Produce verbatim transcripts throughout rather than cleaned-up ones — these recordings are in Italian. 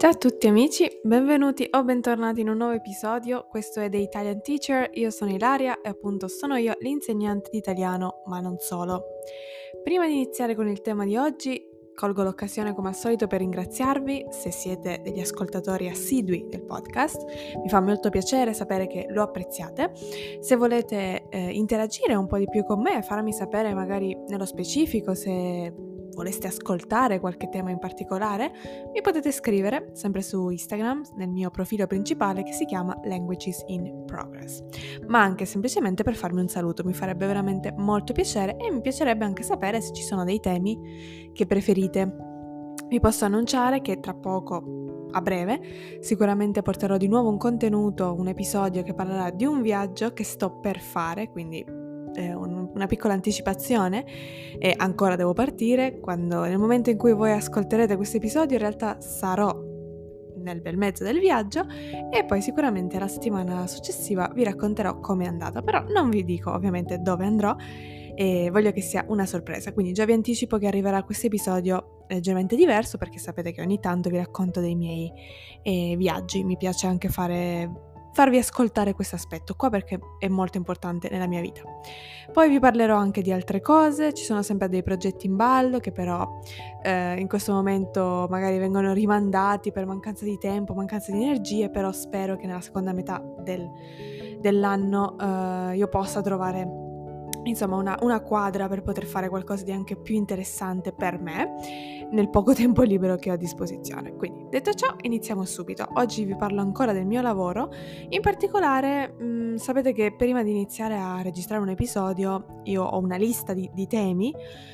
Ciao a tutti amici, benvenuti o bentornati in un nuovo episodio. Questo è The Italian Teacher, io sono Ilaria e appunto sono io l'insegnante di italiano, ma non solo. Prima di iniziare con il tema di oggi, colgo l'occasione come al solito per ringraziarvi se siete degli ascoltatori assidui del podcast. Mi fa molto piacere sapere che lo apprezziate. Se volete eh, interagire un po' di più con me, farmi sapere magari nello specifico se voleste ascoltare qualche tema in particolare, mi potete scrivere sempre su Instagram nel mio profilo principale che si chiama Languages in Progress, ma anche semplicemente per farmi un saluto. Mi farebbe veramente molto piacere e mi piacerebbe anche sapere se ci sono dei temi che preferite. Vi posso annunciare che tra poco, a breve, sicuramente porterò di nuovo un contenuto, un episodio che parlerà di un viaggio che sto per fare, quindi una piccola anticipazione, e ancora devo partire. Quando nel momento in cui voi ascolterete questo episodio in realtà sarò nel bel mezzo del viaggio e poi sicuramente la settimana successiva vi racconterò come è andata, però non vi dico ovviamente dove andrò e voglio che sia una sorpresa, quindi già vi anticipo che arriverà questo episodio leggermente diverso perché sapete che ogni tanto vi racconto dei miei eh, viaggi. Mi piace anche fare farvi ascoltare questo aspetto qua perché è molto importante nella mia vita. Poi vi parlerò anche di altre cose, ci sono sempre dei progetti in ballo che però eh, in questo momento magari vengono rimandati per mancanza di tempo, mancanza di energie, però spero che nella seconda metà del, dell'anno eh, io possa trovare insomma una, una quadra per poter fare qualcosa di anche più interessante per me nel poco tempo libero che ho a disposizione. Quindi detto ciò iniziamo subito. Oggi vi parlo ancora del mio lavoro, in particolare mh, sapete che prima di iniziare a registrare un episodio io ho una lista di, di temi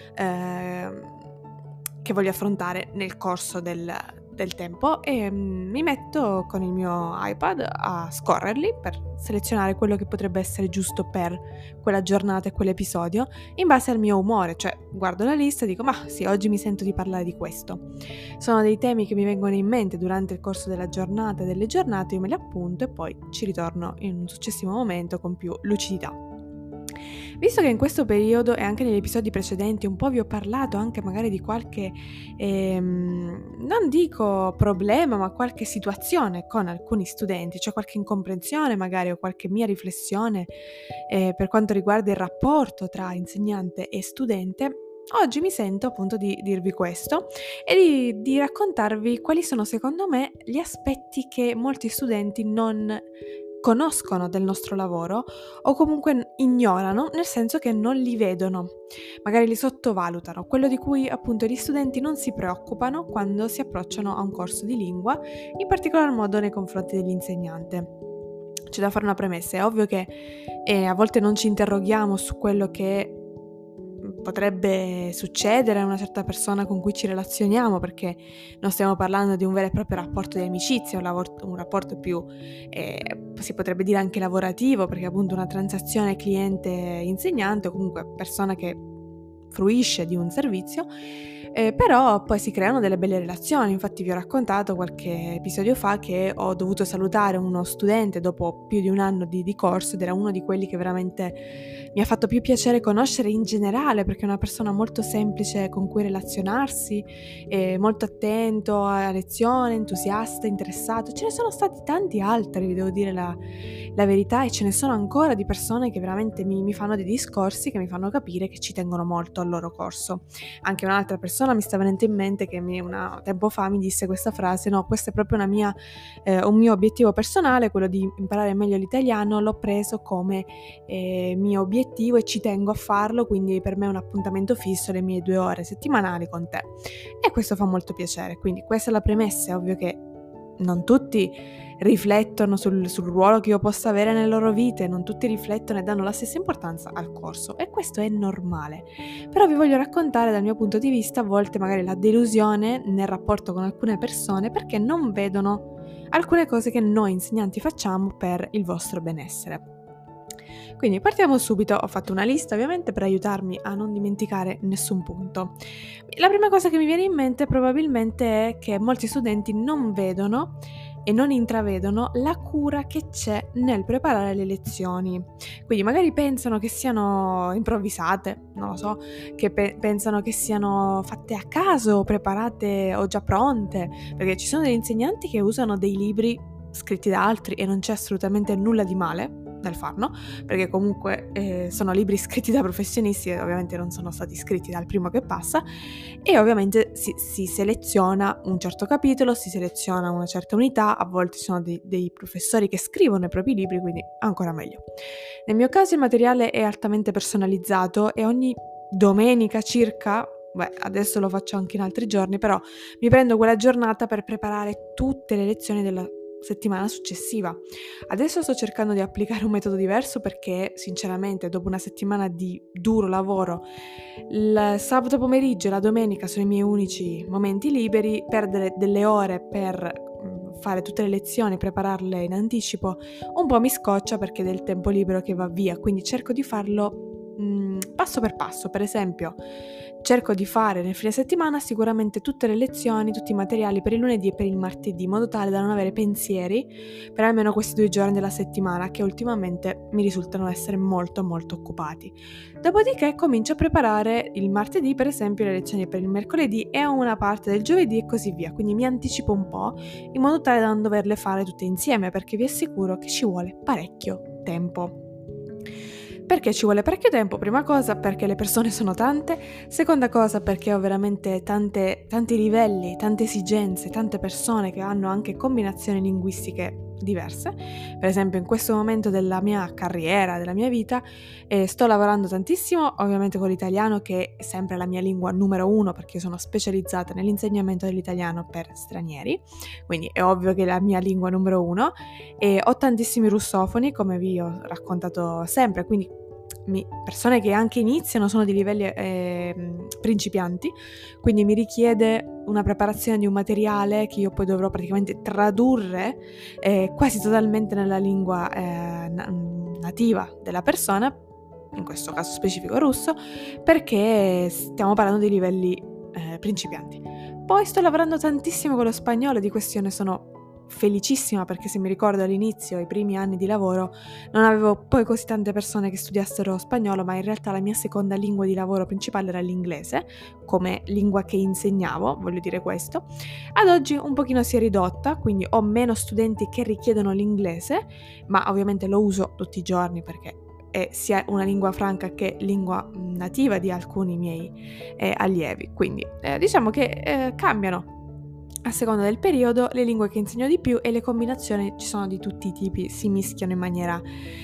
eh, che voglio affrontare nel corso del, del tempo e mh, mi metto con il mio iPad a scorrerli per selezionare quello che potrebbe essere giusto per quella giornata e quell'episodio in base al mio umore, cioè guardo la lista e dico ma sì, oggi mi sento di parlare di questo. Sono dei temi che mi vengono in mente durante il corso della giornata e delle giornate, io me li appunto e poi ci ritorno in un successivo momento con più lucidità. Visto che in questo periodo e anche negli episodi precedenti un po' vi ho parlato anche magari di qualche, ehm, non dico problema, ma qualche situazione con alcuni studenti, cioè qualche incomprensione magari o qualche mia riflessione eh, per quanto riguarda il rapporto tra insegnante e studente, oggi mi sento appunto di dirvi questo e di, di raccontarvi quali sono secondo me gli aspetti che molti studenti non conoscono del nostro lavoro o comunque ignorano, nel senso che non li vedono, magari li sottovalutano, quello di cui appunto gli studenti non si preoccupano quando si approcciano a un corso di lingua, in particolar modo nei confronti dell'insegnante. C'è da fare una premessa, è ovvio che eh, a volte non ci interroghiamo su quello che potrebbe succedere a una certa persona con cui ci relazioniamo, perché non stiamo parlando di un vero e proprio rapporto di amicizia, un, lavoro, un rapporto più, eh, si potrebbe dire anche lavorativo, perché appunto una transazione cliente-insegnante o comunque persona che fruisce di un servizio, eh, però poi si creano delle belle relazioni. Infatti vi ho raccontato qualche episodio fa che ho dovuto salutare uno studente dopo più di un anno di, di corso ed era uno di quelli che veramente mi ha fatto più piacere conoscere in generale, perché è una persona molto semplice con cui relazionarsi, è molto attento alla lezione, entusiasta, interessato. Ce ne sono stati tanti altri, vi devo dire la, la verità, e ce ne sono ancora di persone che veramente mi, mi fanno dei discorsi che mi fanno capire che ci tengono molto al loro corso. Anche un'altra persona mi sta venendo in mente che mi, una, tempo fa mi disse questa frase: no, questo è proprio una mia, eh, un mio obiettivo personale, quello di imparare meglio l'italiano, l'ho preso come eh, mio obiettivo e ci tengo a farlo, quindi per me è un appuntamento fisso le mie due ore settimanali con te, e questo fa molto piacere. Quindi questa è la premessa. È ovvio che non tutti riflettono sul, sul ruolo che io possa avere nelle loro vite, non tutti riflettono e danno la stessa importanza al corso, e questo è normale. Però vi voglio raccontare dal mio punto di vista a volte magari la delusione nel rapporto con alcune persone perché non vedono alcune cose che noi insegnanti facciamo per il vostro benessere. Quindi partiamo subito, ho fatto una lista ovviamente per aiutarmi a non dimenticare nessun punto. La prima cosa che mi viene in mente probabilmente è che molti studenti non vedono e non intravedono la cura che c'è nel preparare le lezioni. Quindi magari pensano che siano improvvisate, non lo so, che pe- pensano che siano fatte a caso, preparate o già pronte, perché ci sono degli insegnanti che usano dei libri scritti da altri e non c'è assolutamente nulla di male nel farlo, perché comunque eh, sono libri scritti da professionisti e ovviamente non sono stati scritti dal primo che passa, e ovviamente si, si seleziona un certo capitolo, si seleziona una certa unità, a volte ci sono dei, dei professori che scrivono i propri libri, quindi ancora meglio. Nel mio caso il materiale è altamente personalizzato e ogni domenica circa, beh adesso lo faccio anche in altri giorni, però mi prendo quella giornata per preparare tutte le lezioni della settimana successiva. Adesso sto cercando di applicare un metodo diverso perché sinceramente dopo una settimana di duro lavoro, il sabato pomeriggio e la domenica sono i miei unici momenti liberi, perdere delle ore per mm, fare tutte le lezioni, prepararle in anticipo, un po' mi scoccia perché è del tempo libero che va via, quindi cerco di farlo mh, passo per passo. Per esempio, cerco di fare nel fine settimana sicuramente tutte le lezioni, tutti i materiali per il lunedì e per il martedì, in modo tale da non avere pensieri per almeno questi due giorni della settimana, che ultimamente mi risultano essere molto molto occupati. Dopodiché comincio a preparare il martedì, per esempio, le lezioni per il mercoledì e una parte del giovedì e così via, quindi mi anticipo un po' in modo tale da non doverle fare tutte insieme, perché vi assicuro che ci vuole parecchio tempo. Perché ci vuole parecchio tempo? Prima cosa perché le persone sono tante, seconda cosa perché ho veramente tante, tanti livelli, tante esigenze, tante persone che hanno anche combinazioni linguistiche diverse. Per esempio in questo momento della mia carriera, della mia vita, eh, sto lavorando tantissimo ovviamente con l'italiano, che è sempre la mia lingua numero uno perché io sono specializzata nell'insegnamento dell'italiano per stranieri, quindi è ovvio che è la mia lingua numero uno, e ho tantissimi russofoni come vi ho raccontato sempre, quindi mi, persone che anche iniziano sono di livelli eh, principianti, quindi mi richiede una preparazione di un materiale che io poi dovrò praticamente tradurre eh, quasi totalmente nella lingua eh, nativa della persona, in questo caso specifico russo, perché stiamo parlando di livelli eh, principianti. Poi sto lavorando tantissimo con lo spagnolo, di questo io ne sono felicissima, perché se mi ricordo all'inizio, i primi anni di lavoro, non avevo poi così tante persone che studiassero spagnolo, ma in realtà la mia seconda lingua di lavoro principale era l'inglese, come lingua che insegnavo, voglio dire questo. Ad oggi un pochino si è ridotta, quindi ho meno studenti che richiedono l'inglese, ma ovviamente lo uso tutti i giorni perché è sia una lingua franca che lingua nativa di alcuni miei eh, allievi, quindi eh, diciamo che eh, cambiano a seconda del periodo le lingue che insegno di più, e le combinazioni ci sono di tutti i tipi, si mischiano in maniera,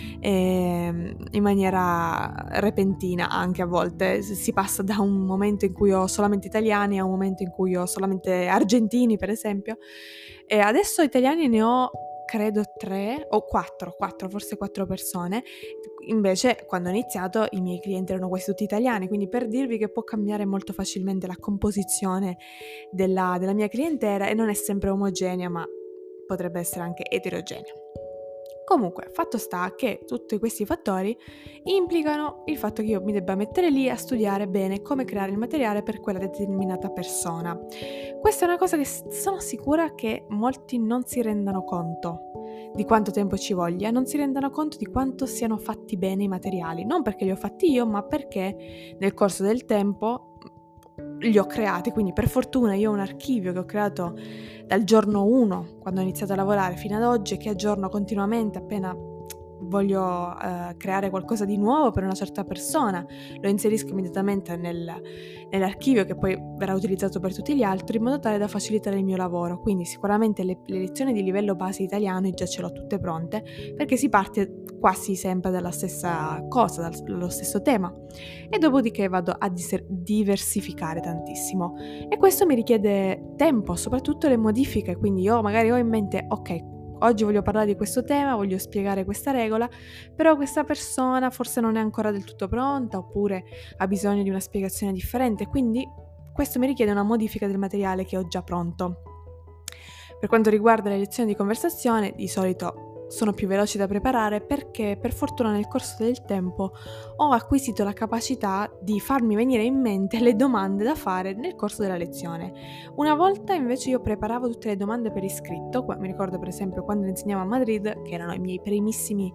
eh, in maniera repentina anche a volte, si passa da un momento in cui ho solamente italiani a un momento in cui ho solamente argentini, per esempio, e adesso italiani ne ho credo tre o quattro, quattro, forse quattro persone. Invece quando ho iniziato i miei clienti erano quasi tutti italiani, quindi per dirvi che può cambiare molto facilmente la composizione della, della mia clientela, e non è sempre omogenea, ma potrebbe essere anche eterogenea. Comunque, fatto sta che tutti questi fattori implicano il fatto che io mi debba mettere lì a studiare bene come creare il materiale per quella determinata persona. Questa è una cosa che sono sicura che molti non si rendano conto di quanto tempo ci voglia, non si rendano conto di quanto siano fatti bene i materiali, non perché li ho fatti io, ma perché nel corso del tempo li ho creati, quindi per fortuna io ho un archivio che ho creato dal giorno uno, quando ho iniziato a lavorare, fino ad oggi, che aggiorno continuamente appena voglio eh, creare qualcosa di nuovo per una certa persona, lo inserisco immediatamente nel, nell'archivio che poi verrà utilizzato per tutti gli altri, in modo tale da facilitare il mio lavoro. Quindi sicuramente le, le lezioni di livello base italiano già ce l'ho tutte pronte, perché si parte quasi sempre dalla stessa cosa, dal, dallo stesso tema, e dopodiché vado a dis- diversificare tantissimo, e questo mi richiede tempo, soprattutto le modifiche. Quindi io magari ho in mente, ok, oggi voglio parlare di questo tema, voglio spiegare questa regola, però questa persona forse non è ancora del tutto pronta, oppure ha bisogno di una spiegazione differente, quindi questo mi richiede una modifica del materiale che ho già pronto. Per quanto riguarda le lezioni di conversazione, di solito sono più veloci da preparare perché per fortuna nel corso del tempo ho acquisito la capacità di farmi venire in mente le domande da fare nel corso della lezione. Una volta invece io preparavo tutte le domande per iscritto, mi ricordo per esempio quando insegnavo a Madrid, che erano i miei primissimi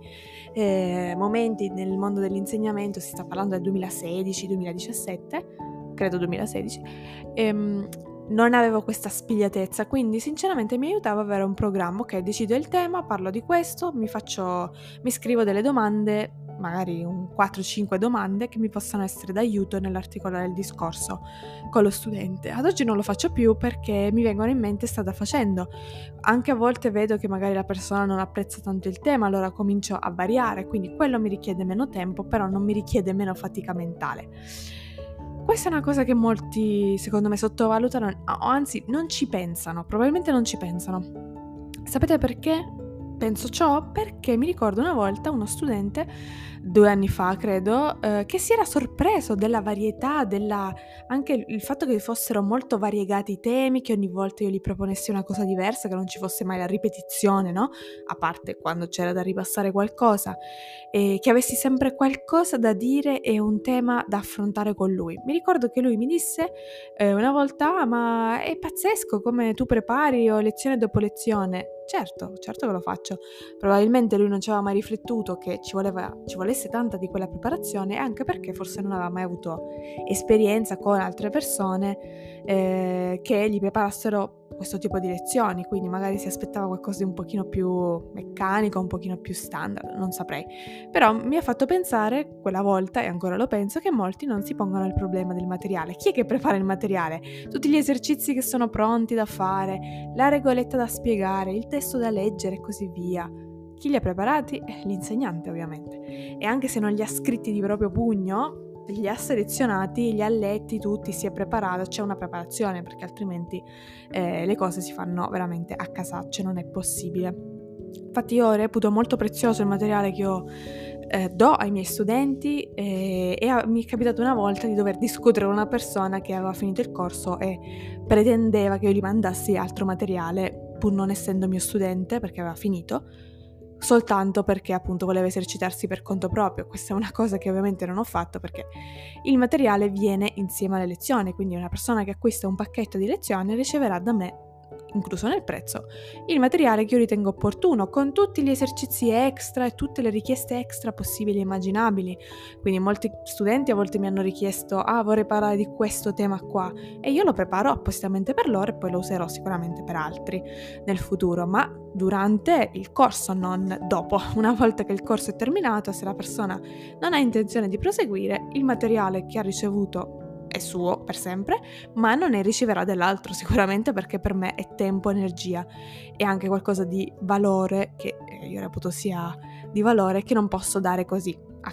eh, momenti nel mondo dell'insegnamento, si sta parlando del duemilasedici duemiladiciassette, credo duemilasedici, ehm, non avevo questa spigliatezza, quindi sinceramente mi aiutava avere un programma. Ok, decido il tema, parlo di questo, mi faccio, mi scrivo delle domande, magari un quattro cinque domande che mi possano essere d'aiuto nell'articolare il discorso con lo studente. Ad oggi non lo faccio più perché mi vengono in mente strada facendo. Anche a volte vedo che magari la persona non apprezza tanto il tema, allora comincio a variare, quindi quello mi richiede meno tempo, però non mi richiede meno fatica mentale. Questa è una cosa che molti, secondo me, sottovalutano, o anzi non ci pensano, probabilmente non ci pensano. Sapete perché penso ciò? Perché mi ricordo una volta uno studente, due anni fa credo, eh, che si era sorpreso della varietà, della, anche il fatto che fossero molto variegati i temi, che ogni volta io gli proponessi una cosa diversa, che non ci fosse mai la ripetizione, no? A parte quando c'era da ripassare qualcosa, e che avessi sempre qualcosa da dire e un tema da affrontare con lui. Mi ricordo che lui mi disse eh, una volta, ah, ma è pazzesco come tu prepari o lezione dopo lezione. Certo, certo che lo faccio. Probabilmente lui non ci aveva mai riflettuto che ci, voleva, ci volesse tanta di quella preparazione, anche perché forse non aveva mai avuto esperienza con altre persone eh, che gli preparassero questo tipo di lezioni, quindi magari si aspettava qualcosa di un pochino più meccanico, un pochino più standard, non saprei. Però mi ha fatto pensare quella volta, e ancora lo penso, che molti non si pongono il problema del materiale. Chi è che prepara il materiale? Tutti gli esercizi che sono pronti da fare, la regoletta da spiegare, il testo da leggere e così via. Chi li ha preparati? Eh, l'insegnante ovviamente. E anche se non li ha scritti di proprio pugno, li ha selezionati, li ha letti tutti, si è preparato, c'è una preparazione, perché altrimenti eh, le cose si fanno veramente a casaccio, non è possibile. Infatti io reputo molto prezioso il materiale che io eh, do ai miei studenti eh, e a, mi è capitato una volta di dover discutere con una persona che aveva finito il corso e pretendeva che io gli mandassi altro materiale, pur non essendo mio studente perché aveva finito, soltanto perché appunto voleva esercitarsi per conto proprio. Questa è una cosa che ovviamente non ho fatto, perché il materiale viene insieme alle lezioni, quindi una persona che acquista un pacchetto di lezioni riceverà da me, incluso nel prezzo, il materiale che io ritengo opportuno, con tutti gli esercizi extra e tutte le richieste extra possibili e immaginabili. Quindi molti studenti a volte mi hanno richiesto ah vorrei parlare di questo tema qua, e io lo preparo appositamente per loro e poi lo userò sicuramente per altri nel futuro, ma durante il corso, non dopo. Una volta che il corso è terminato, se la persona non ha intenzione di proseguire, il materiale che ha ricevuto è suo per sempre, ma non ne riceverà dell'altro sicuramente, perché per me è tempo, energia e anche qualcosa di valore, che io reputo sia di valore, che non posso dare così a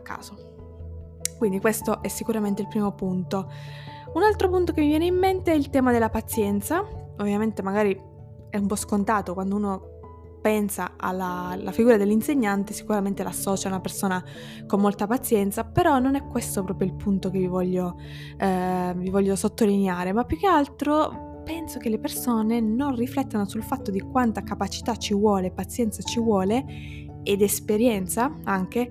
caso. Quindi questo è sicuramente il primo punto. Un altro punto che mi viene in mente è il tema della pazienza. Ovviamente magari è un po' scontato quando uno pensa alla, alla figura dell'insegnante, sicuramente l'associa a una persona con molta pazienza, però non è questo proprio il punto che vi voglio, eh, vi voglio sottolineare, ma più che altro penso che le persone non riflettano sul fatto di quanta capacità ci vuole, pazienza ci vuole ed esperienza anche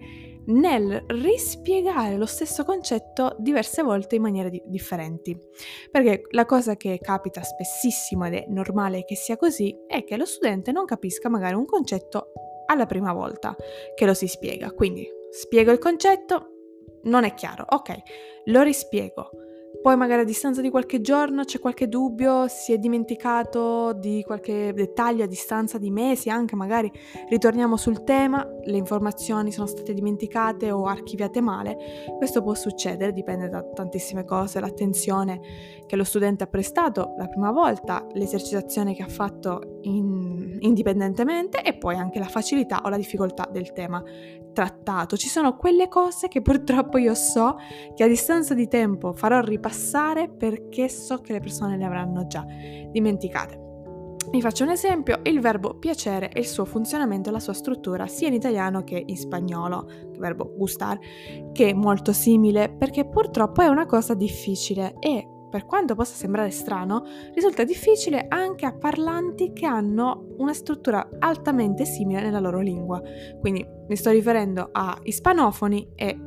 nel rispiegare lo stesso concetto diverse volte in maniere di- differenti. Perché la cosa che capita spessissimo, ed è normale che sia così, è che lo studente non capisca magari un concetto alla prima volta che lo si spiega. Quindi spiego il concetto, non è chiaro, ok, lo rispiego. Poi magari a distanza di qualche giorno c'è qualche dubbio, si è dimenticato di qualche dettaglio, a distanza di mesi anche, magari ritorniamo sul tema, le informazioni sono state dimenticate o archiviate male. Questo può succedere, dipende da tantissime cose, l'attenzione che lo studente ha prestato la prima volta, l'esercitazione che ha fatto in, indipendentemente, e poi anche la facilità o la difficoltà del tema trattato. Ci sono quelle cose che purtroppo io so che a distanza di tempo farò ripassare, perché so che le persone le avranno già dimenticate. Vi faccio un esempio: il verbo piacere e il suo funzionamento e la sua struttura sia in italiano che in spagnolo, il verbo gustar, che è molto simile, perché purtroppo è una cosa difficile e per quanto possa sembrare strano, risulta difficile anche a parlanti che hanno una struttura altamente simile nella loro lingua. Quindi mi sto riferendo a ispanofoni e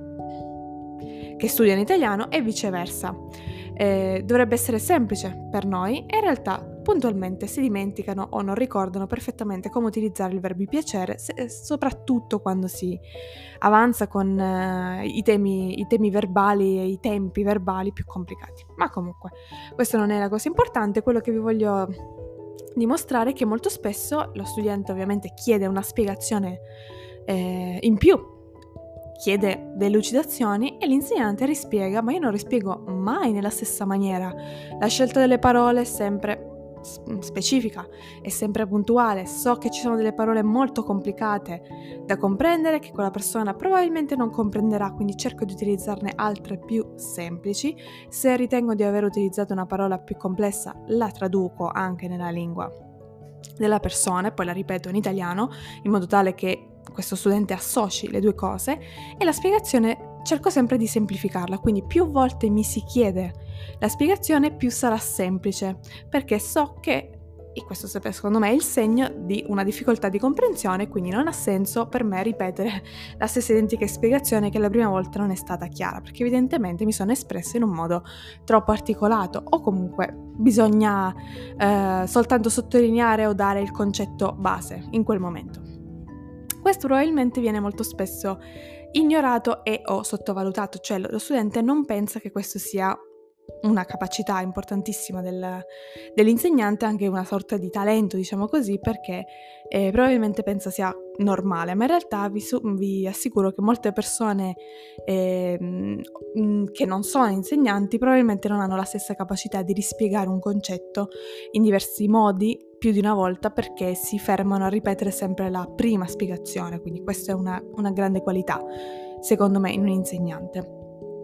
che studiano italiano e viceversa. Eh, dovrebbe essere semplice per noi e in realtà puntualmente si dimenticano o non ricordano perfettamente come utilizzare il verbo piacere, se, soprattutto quando si avanza con eh, i, temi, i temi verbali e i tempi verbali più complicati. Ma comunque, questa non è la cosa importante, quello che vi voglio dimostrare è che molto spesso lo studente ovviamente chiede una spiegazione eh, in più, chiede delucidazioni e l'insegnante rispiega, ma io non rispiego mai nella stessa maniera. La scelta delle parole è sempre specifica, è sempre puntuale. So che ci sono delle parole molto complicate da comprendere che quella persona probabilmente non comprenderà, quindi cerco di utilizzarne altre più semplici. Se ritengo di aver utilizzato una parola più complessa, la traduco anche nella lingua della persona e poi la ripeto in italiano in modo tale che questo studente associ le due cose, e la spiegazione cerco sempre di semplificarla, quindi più volte mi si chiede la spiegazione più sarà semplice, perché so che, e questo secondo me è il segno di una difficoltà di comprensione, quindi non ha senso per me ripetere la stessa identica spiegazione che la prima volta non è stata chiara, perché evidentemente mi sono espressa in un modo troppo articolato, o comunque bisogna eh, soltanto sottolineare o dare il concetto base in quel momento. Questo probabilmente viene molto spesso ignorato e o sottovalutato, cioè lo studente non pensa che questo sia una capacità importantissima del, dell'insegnante, anche una sorta di talento, diciamo così, perché eh, probabilmente pensa sia normale, ma in realtà vi, su, vi assicuro che molte persone eh, mh, che non sono insegnanti probabilmente non hanno la stessa capacità di rispiegare un concetto in diversi modi più di una volta, perché si fermano a ripetere sempre la prima spiegazione, quindi questa è una, una grande qualità secondo me in un insegnante.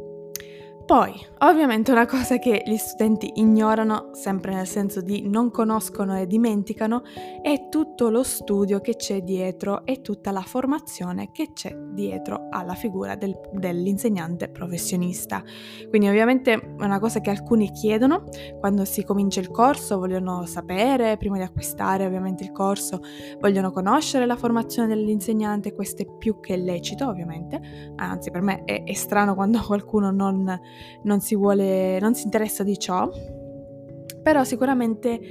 Poi, ovviamente una cosa che gli studenti ignorano, sempre nel senso di non conoscono e dimenticano, è tutto lo studio che c'è dietro e tutta la formazione che c'è dietro alla figura del, dell'insegnante professionista. Quindi ovviamente è una cosa che alcuni chiedono quando si comincia il corso, vogliono sapere, prima di acquistare ovviamente il corso, vogliono conoscere la formazione dell'insegnante, questo è più che lecito ovviamente, anzi per me è, è strano quando qualcuno non... non si vuole, non si interessa di ciò, però sicuramente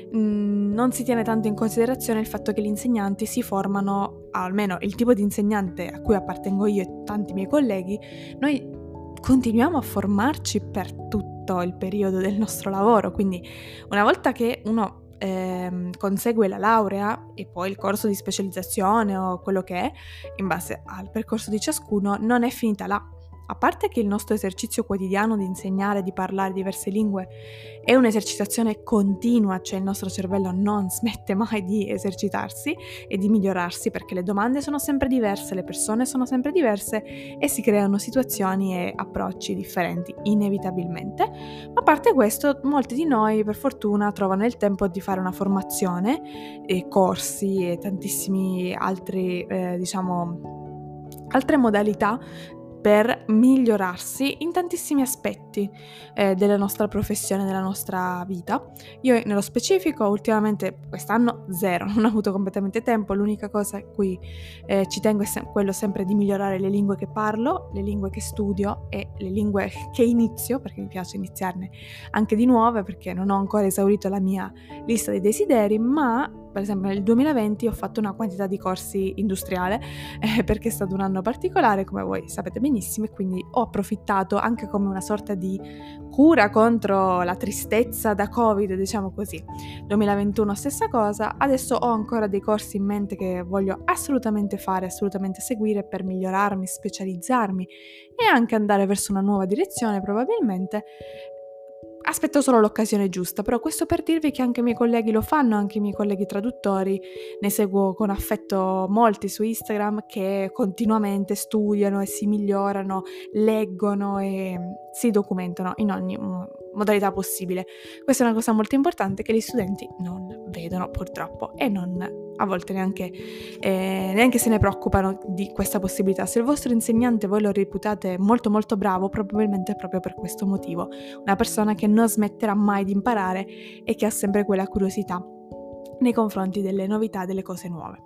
mh, non si tiene tanto in considerazione il fatto che gli insegnanti si formano, almeno il tipo di insegnante a cui appartengo io e tanti miei colleghi, noi continuiamo a formarci per tutto il periodo del nostro lavoro, quindi una volta che uno eh, consegue la laurea e poi il corso di specializzazione o quello che è, in base al percorso di ciascuno, non è finita là. A parte che il nostro esercizio quotidiano di insegnare, di parlare diverse lingue è un'esercitazione continua, cioè il nostro cervello non smette mai di esercitarsi e di migliorarsi, perché le domande sono sempre diverse, le persone sono sempre diverse e si creano situazioni e approcci differenti inevitabilmente. Ma a parte questo, molti di noi per fortuna trovano il tempo di fare una formazione, e corsi e tantissimi altri, eh, diciamo, altre modalità per migliorarsi in tantissimi aspetti eh, della nostra professione, della nostra vita. Io nello specifico ultimamente quest'anno zero, non ho avuto completamente tempo, l'unica cosa a cui eh, ci tengo è se- quello sempre di migliorare le lingue che parlo, le lingue che studio e le lingue che inizio, perché mi piace iniziarne anche di nuove, perché non ho ancora esaurito la mia lista dei desideri, ma per esempio nel duemilaventi ho fatto una quantità di corsi industriale eh, perché è stato un anno particolare, come voi sapete benissimo, e quindi ho approfittato anche come una sorta di cura contro la tristezza da Covid, diciamo così. duemilaventuno stessa cosa, adesso ho ancora dei corsi in mente che voglio assolutamente fare, assolutamente seguire per migliorarmi, specializzarmi e anche andare verso una nuova direzione probabilmente. Aspetto solo l'occasione giusta, però questo per dirvi che anche i miei colleghi lo fanno, anche i miei colleghi traduttori, ne seguo con affetto molti su Instagram che continuamente studiano e si migliorano, leggono e si documentano in ogni modalità possibile. Questa è una cosa molto importante che gli studenti non vedono purtroppo e non a volte neanche, eh, neanche se ne preoccupano di questa possibilità. Se il vostro insegnante voi lo reputate molto molto bravo, probabilmente è proprio per questo motivo, una persona che non smetterà mai di imparare e che ha sempre quella curiosità nei confronti delle novità, delle cose nuove.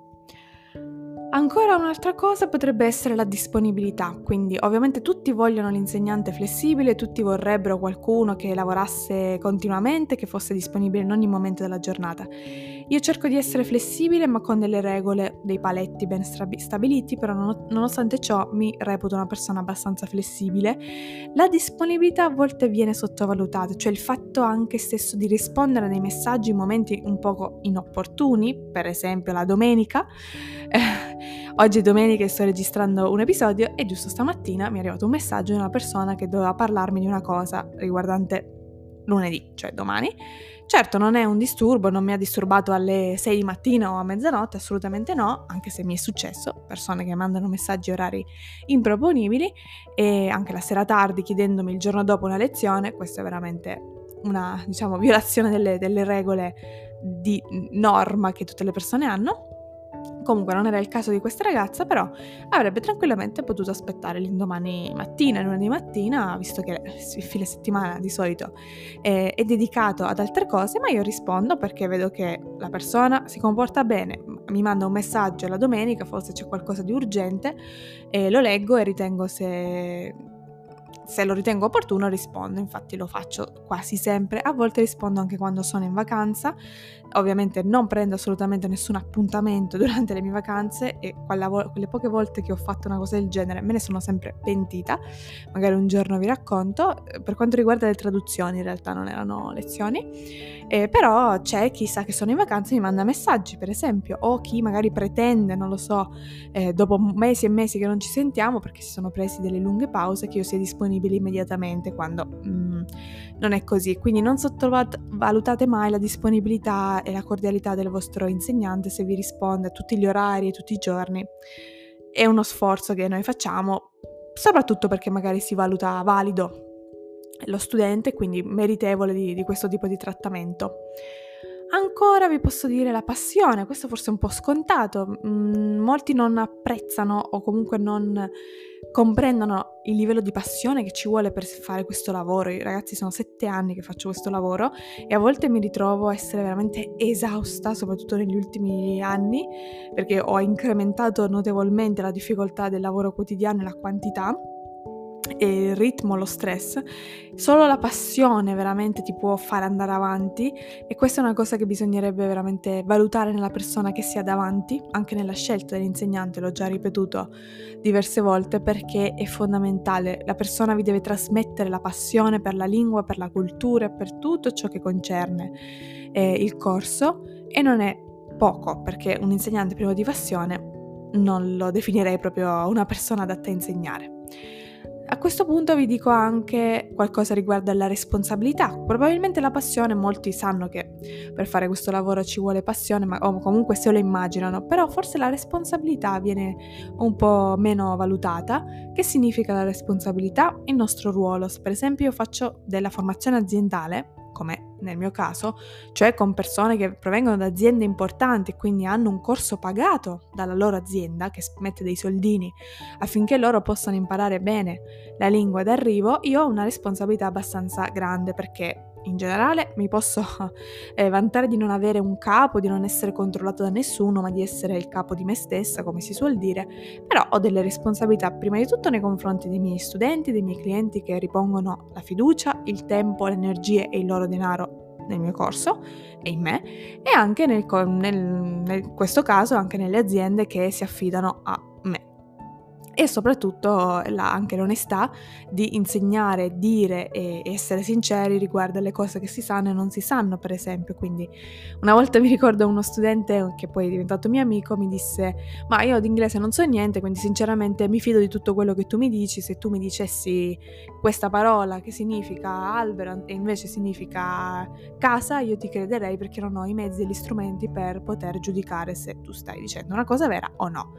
Ancora un'altra cosa potrebbe essere la disponibilità, quindi ovviamente tutti vogliono l'insegnante flessibile, tutti vorrebbero qualcuno che lavorasse continuamente, che fosse disponibile in ogni momento della giornata. Io cerco di essere flessibile ma con delle regole, dei paletti ben stabiliti, però non, nonostante ciò mi reputo una persona abbastanza flessibile. La disponibilità a volte viene sottovalutata, cioè il fatto anche stesso di rispondere a dei messaggi in momenti un poco inopportuni, per esempio la domenica. Eh, Oggi è domenica e sto registrando un episodio e giusto stamattina mi è arrivato un messaggio di una persona che doveva parlarmi di una cosa riguardante lunedì, cioè domani. Certo, non è un disturbo, non mi ha disturbato alle sei di mattina o a mezzanotte, assolutamente no, anche se mi è successo, persone che mandano messaggi orari improponibili e anche la sera tardi chiedendomi il giorno dopo una lezione. Questo è veramente una, diciamo, violazione delle, delle regole di norma che tutte le persone hanno. Comunque non era il caso di questa ragazza, però avrebbe tranquillamente potuto aspettare l'indomani mattina, lunedì mattina, visto che il fine settimana di solito è, è dedicato ad altre cose, ma io rispondo perché vedo che la persona si comporta bene, mi manda un messaggio la domenica, forse c'è qualcosa di urgente, e lo leggo e ritengo se... Se lo ritengo opportuno rispondo, infatti lo faccio quasi sempre, a volte rispondo anche quando sono in vacanza, ovviamente non prendo assolutamente nessun appuntamento durante le mie vacanze e vo- quelle poche volte che ho fatto una cosa del genere me ne sono sempre pentita, magari un giorno vi racconto. Per quanto riguarda le traduzioni in realtà non erano lezioni, eh, però c'è chi sa che sono in vacanza e mi manda messaggi per esempio, o chi magari pretende, non lo so, eh, dopo mesi e mesi che non ci sentiamo perché si sono presi delle lunghe pause, che io sia disponibile immediatamente quando mm, non è così. Quindi non sottovalutate mai la disponibilità e la cordialità del vostro insegnante se vi risponde a tutti gli orari e tutti i giorni. È uno sforzo che noi facciamo, soprattutto perché magari si valuta valido lo studente, quindi meritevole di, di questo tipo di trattamento. Ancora vi posso dire la passione, questo forse è un po' scontato, mm, molti non apprezzano o comunque non comprendono il livello di passione che ci vuole per fare questo lavoro. Io, ragazzi, sono sette anni che faccio questo lavoro e a volte mi ritrovo a essere veramente esausta, soprattutto negli ultimi anni, perché ho incrementato notevolmente la difficoltà del lavoro quotidiano e la quantità e il ritmo, lo stress. Solo la passione veramente ti può fare andare avanti e questa è una cosa che bisognerebbe veramente valutare nella persona che si ha davanti, anche nella scelta dell'insegnante, l'ho già ripetuto diverse volte, perché è fondamentale. La persona vi deve trasmettere la passione per la lingua, per la cultura e per tutto ciò che concerne eh, il corso, e non è poco, perché un insegnante privo di passione non lo definirei proprio una persona adatta a insegnare. A questo punto vi dico anche qualcosa riguardo alla responsabilità. Probabilmente la passione, molti sanno che per fare questo lavoro ci vuole passione, ma o comunque se lo immaginano, però forse la responsabilità viene un po' meno valutata. Che significa la responsabilità? Il nostro ruolo. Per esempio io faccio della formazione aziendale, come nel mio caso, cioè con persone che provengono da aziende importanti e quindi hanno un corso pagato dalla loro azienda che mette dei soldini affinché loro possano imparare bene la lingua d'arrivo. Io ho una responsabilità abbastanza grande perché in generale mi posso eh, vantare di non avere un capo, di non essere controllato da nessuno, ma di essere il capo di me stessa, come si suol dire, però ho delle responsabilità prima di tutto nei confronti dei miei studenti, dei miei clienti che ripongono la fiducia, il tempo, le energie e il loro denaro nel mio corso e in me, e anche nel, nel, nel questo caso anche nelle aziende che si affidano a me. E soprattutto la, anche l'onestà di insegnare, dire e essere sinceri riguardo alle cose che si sanno e non si sanno, per esempio. Quindi una volta mi ricordo uno studente che poi è diventato mio amico mi disse: ma io d'inglese non so niente, quindi sinceramente mi fido di tutto quello che tu mi dici. Se tu mi dicessi questa parola che significa albero e invece significa casa, io ti crederei perché non ho i mezzi e gli strumenti per poter giudicare se tu stai dicendo una cosa vera o no.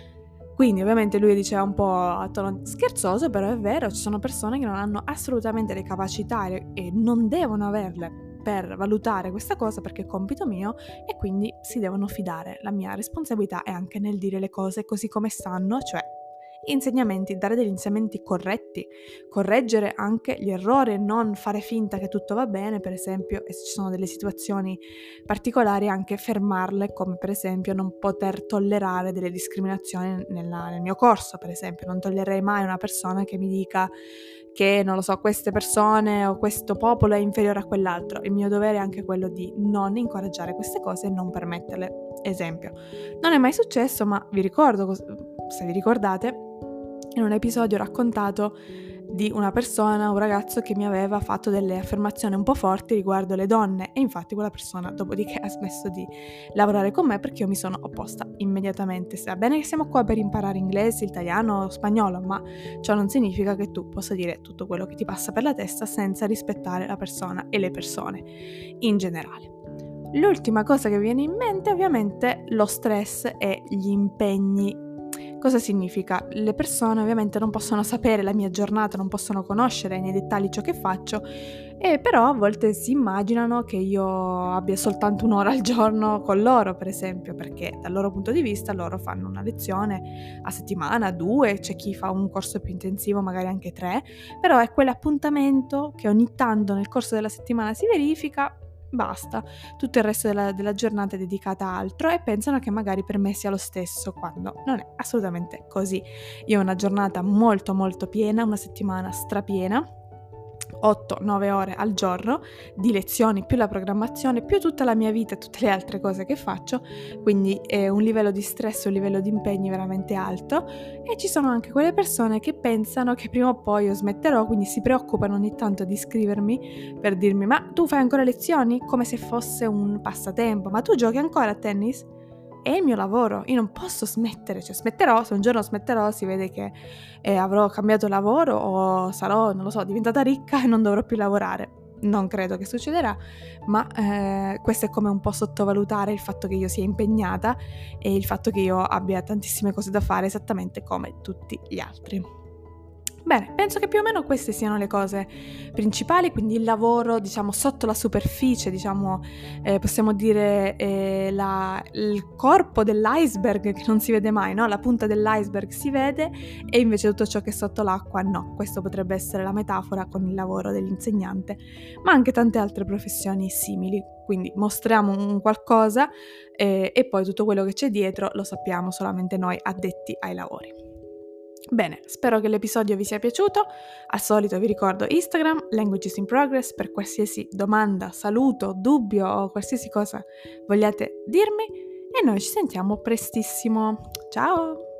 Quindi ovviamente lui diceva un po' a tono scherzoso, però è vero, ci sono persone che non hanno assolutamente le capacità e non devono averle per valutare questa cosa perché è compito mio e quindi si devono fidare. La mia responsabilità è anche nel dire le cose così come stanno, cioè insegnamenti, dare degli insegnamenti corretti, correggere anche gli errori, non fare finta che tutto va bene, per esempio, e se ci sono delle situazioni particolari anche fermarle, come per esempio non poter tollerare delle discriminazioni nella, nel mio corso, per esempio, non tollererei mai una persona che mi dica che, non lo so, queste persone o questo popolo è inferiore a quell'altro. Il mio dovere è anche quello di non incoraggiare queste cose e non permetterle. Esempio, non è mai successo, ma vi ricordo, se vi ricordate, in un episodio ho raccontato di una persona, un ragazzo che mi aveva fatto delle affermazioni un po' forti riguardo le donne e infatti quella persona dopodiché ha smesso di lavorare con me perché io mi sono opposta immediatamente. Sta bene che siamo qua per imparare inglese, italiano, spagnolo, ma ciò non significa che tu possa dire tutto quello che ti passa per la testa senza rispettare la persona e le persone in generale. L'ultima cosa che viene in mente ovviamente lo stress e gli impegni. Cosa significa? Le persone ovviamente non possono sapere la mia giornata, non possono conoscere nei dettagli ciò che faccio, e però a volte si immaginano che io abbia soltanto un'ora al giorno con loro, per esempio, perché dal loro punto di vista loro fanno una lezione a settimana, due, c'è chi fa un corso più intensivo, magari anche tre, però è quell'appuntamento che ogni tanto nel corso della settimana si verifica. Basta, tutto il resto della, della giornata è dedicata a altro e pensano che magari per me sia lo stesso, quando non è assolutamente così. Io ho una giornata molto molto piena, una settimana strapiena, otto nove ore al giorno di lezioni più la programmazione più tutta la mia vita e tutte le altre cose che faccio, quindi è un livello di stress, un livello di impegni veramente alto, e ci sono anche quelle persone che pensano che prima o poi io smetterò, quindi si preoccupano ogni tanto di scrivermi per dirmi: ma tu fai ancora lezioni? Come se fosse un passatempo. Ma tu giochi ancora a tennis? È il mio lavoro, io non posso smettere, cioè smetterò, se un giorno smetterò si vede che eh, avrò cambiato lavoro o sarò, non lo so, diventata ricca e non dovrò più lavorare. Non credo che succederà, ma eh, questo è come un po' sottovalutare il fatto che io sia impegnata e il fatto che io abbia tantissime cose da fare esattamente come tutti gli altri. Bene, penso che più o meno queste siano le cose principali, quindi il lavoro, diciamo, sotto la superficie, diciamo, eh, possiamo dire eh, la, il corpo dell'iceberg che non si vede mai, no? La punta dell'iceberg si vede e invece tutto ciò che è sotto l'acqua no. Questo potrebbe essere la metafora con il lavoro dell'insegnante, ma anche tante altre professioni simili. Quindi mostriamo un qualcosa eh, e poi tutto quello che c'è dietro lo sappiamo solamente noi addetti ai lavori. Bene, spero che l'episodio vi sia piaciuto. Al solito vi ricordo Instagram, Languages in Progress, per qualsiasi domanda, saluto, dubbio o qualsiasi cosa vogliate dirmi, e noi ci sentiamo prestissimo. Ciao!